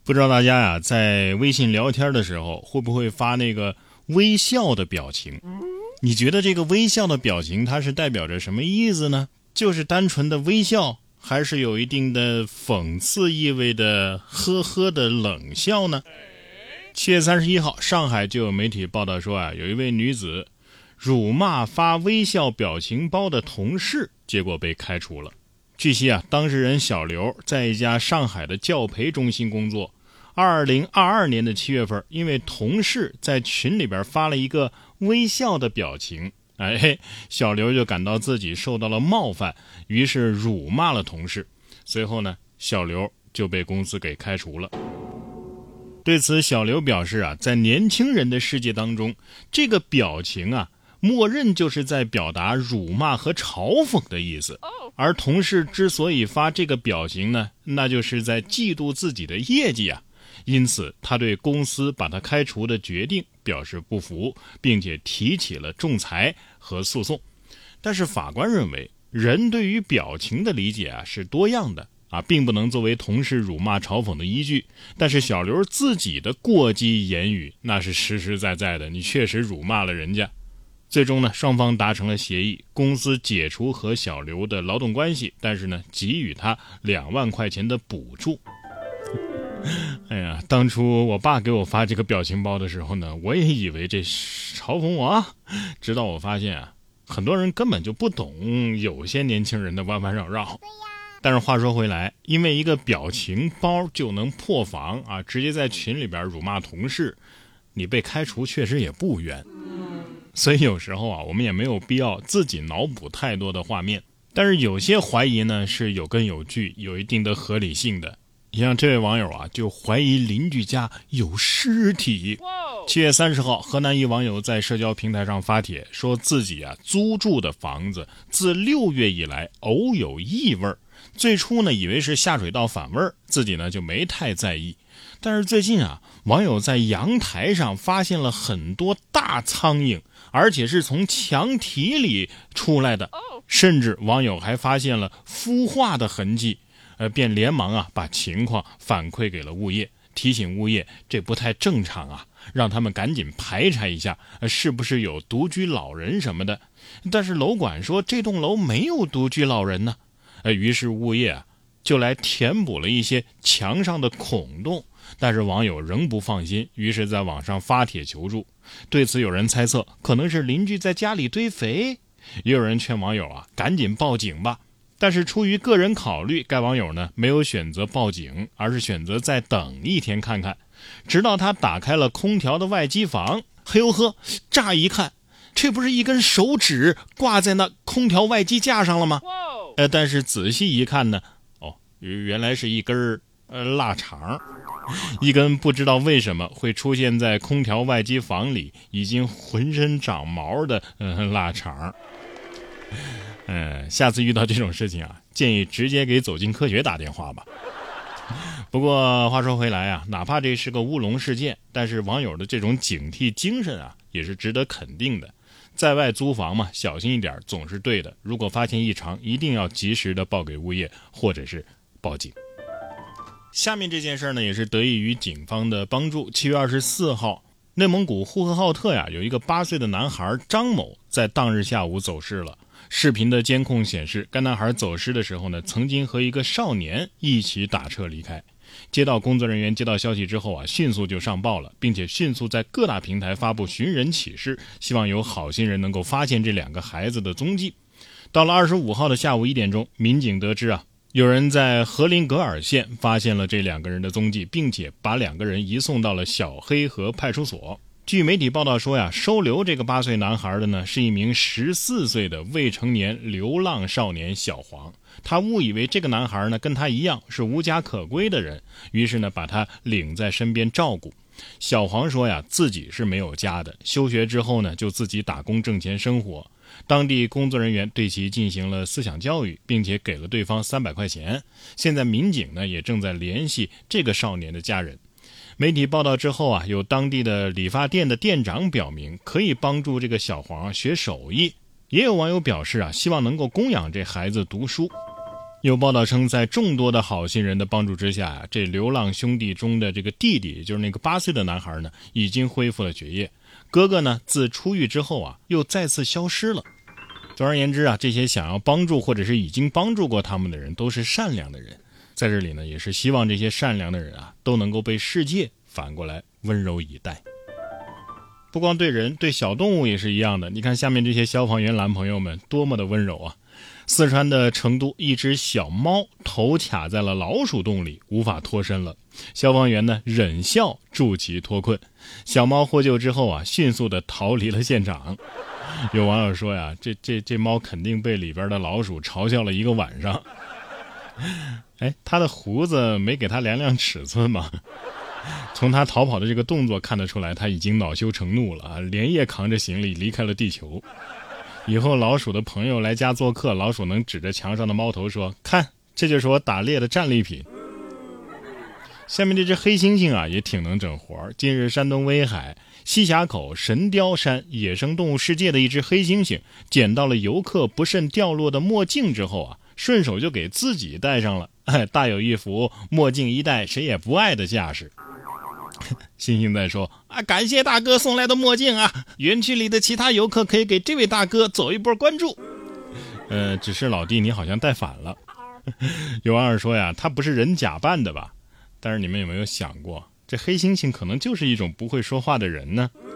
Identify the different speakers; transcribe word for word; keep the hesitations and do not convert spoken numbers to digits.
Speaker 1: 不知道大家呀，在微信聊天的时候会不会发那个微笑的表情？你觉得这个微笑的表情它是代表着什么意思呢？就是单纯的微笑，还是有一定的讽刺意味的呵呵的冷笑呢？七月三十一号，上海就有媒体报道说啊，有一位女子辱骂发微笑表情包的同事，结果被开除了。据悉啊，当事人小刘在一家上海的教培中心工作。二零二二年的七月份，因为同事在群里边发了一个微笑的表情，哎，小刘就感到自己受到了冒犯，于是辱骂了同事。随后呢，小刘就被公司给开除了。对此，小刘表示啊，在年轻人的世界当中，这个表情啊，默认就是在表达辱骂和嘲讽的意思。而同事之所以发这个表情呢，那就是在嫉妒自己的业绩啊。因此他对公司把他开除的决定表示不服，并且提起了仲裁和诉讼。但是法官认为，人对于表情的理解啊是多样的啊，并不能作为同事辱骂嘲讽的依据。但是小刘自己的过激言语那是实实在在的，你确实辱骂了人家。最终呢，双方达成了协议，公司解除和小刘的劳动关系，但是呢，给予他两万块钱的补助。哎呀，当初我爸给我发这个表情包的时候呢，我也以为这是嘲讽我啊，直到我发现啊，很多人根本就不懂有些年轻人的弯弯绕绕。但是话说回来，因为一个表情包就能破防啊，直接在群里边辱骂同事，你被开除确实也不冤。所以有时候啊，我们也没有必要自己脑补太多的画面。但是有些怀疑呢是有根有据，有一定的合理性的。你像这位网友啊，就怀疑邻居家有尸体。七月三十号，河南一网友在社交平台上发帖，说自己啊租住的房子自六月以来偶有异味，最初呢以为是下水道反味，自己呢就没太在意。但是最近啊，网友在阳台上发现了很多大苍蝇，而且是从墙体里出来的，甚至网友还发现了孵化的痕迹。呃，便连忙啊把情况反馈给了物业，提醒物业这不太正常啊，让他们赶紧排查一下，呃、是不是有独居老人什么的。但是楼管说这栋楼没有独居老人呢，呃，于是物业啊就来填补了一些墙上的孔洞，但是网友仍不放心，于是在网上发帖求助。对此有人猜测可能是邻居在家里堆肥，也有人劝网友啊赶紧报警吧。但是出于个人考虑，该网友呢没有选择报警，而是选择再等一天看看，直到他打开了空调的外机房。嘿呦呵，乍一看这不是一根手指挂在那空调外机架上了吗？呃，但是仔细一看呢，哦，原来是一根呃腊肠，一根不知道为什么会出现在空调外机房里已经浑身长毛的呃腊肠。嗯，下次遇到这种事情啊，建议直接给走进科学打电话吧。不过话说回来啊，哪怕这是个乌龙事件，但是网友的这种警惕精神啊，也是值得肯定的。在外租房嘛，小心一点总是对的。如果发现异常，一定要及时的报给物业或者是报警。下面这件事呢，也是得益于警方的帮助。七月二十四号，内蒙古呼和浩特呀，有一个八岁的男孩张某在当日下午走失了。视频的监控显示，该男孩走失的时候呢，曾经和一个少年一起打车离开。接到工作人员接到消息之后啊，迅速就上报了，并且迅速在各大平台发布寻人启事，希望有好心人能够发现这两个孩子的踪迹。到了二十五号的下午一点钟，民警得知啊，有人在和林格尔县发现了这两个人的踪迹，并且把两个人移送到了小黑河派出所。据媒体报道说呀，收留这个八岁男孩的呢，是一名十四岁的未成年流浪少年小黄。他误以为这个男孩呢跟他一样是无家可归的人，于是呢把他领在身边照顾。小黄说呀，自己是没有家的，休学之后呢就自己打工挣钱生活。当地工作人员对其进行了思想教育，并且给了对方三百块钱。现在民警呢也正在联系这个少年的家人。媒体报道之后啊，有当地的理发店的店长表明可以帮助这个小黄学手艺，也有网友表示啊，希望能够供养这孩子读书。 有报道称，在众多的好心人的帮助之下呀、啊，这流浪兄弟中的这个弟弟，就是那个八岁的男孩呢，已经恢复了学业。哥哥呢，自出狱之后啊，又再次消失了。总而言之啊，这些想要帮助或者是已经帮助过他们的人，都是善良的人。在这里呢，也是希望这些善良的人啊，都能够被世界反过来温柔以待。不光对人，对小动物也是一样的。你看下面这些消防员男朋友们多么的温柔啊！四川的成都，一只小猫头卡在了老鼠洞里，无法脱身了。消防员呢忍笑助其脱困。小猫获救之后啊，迅速的逃离了现场。有网友说呀，这这这猫肯定被里边的老鼠嘲笑了一个晚上。哎，它的胡子没给它量量尺寸吗？从他逃跑的这个动作看得出来，他已经恼羞成怒了啊！连夜扛着行李离开了地球。以后老鼠的朋友来家做客，老鼠能指着墙上的猫头说：“看，这就是我打猎的战利品。”下面这只黑猩猩啊，也挺能整活。近日，山东威海西峡口神雕山野生动物世界的一只黑猩猩，捡到了游客不慎掉落的墨镜之后啊，顺手就给自己戴上了，哎，大有一副墨镜一戴谁也不爱的架势。猩猩在说啊，感谢大哥送来的墨镜啊，园区里的其他游客可以给这位大哥走一波关注。呃，只是老弟你好像戴反了。有网友说呀，他不是人假扮的吧？但是你们有没有想过，这黑猩猩可能就是一种不会说话的人呢？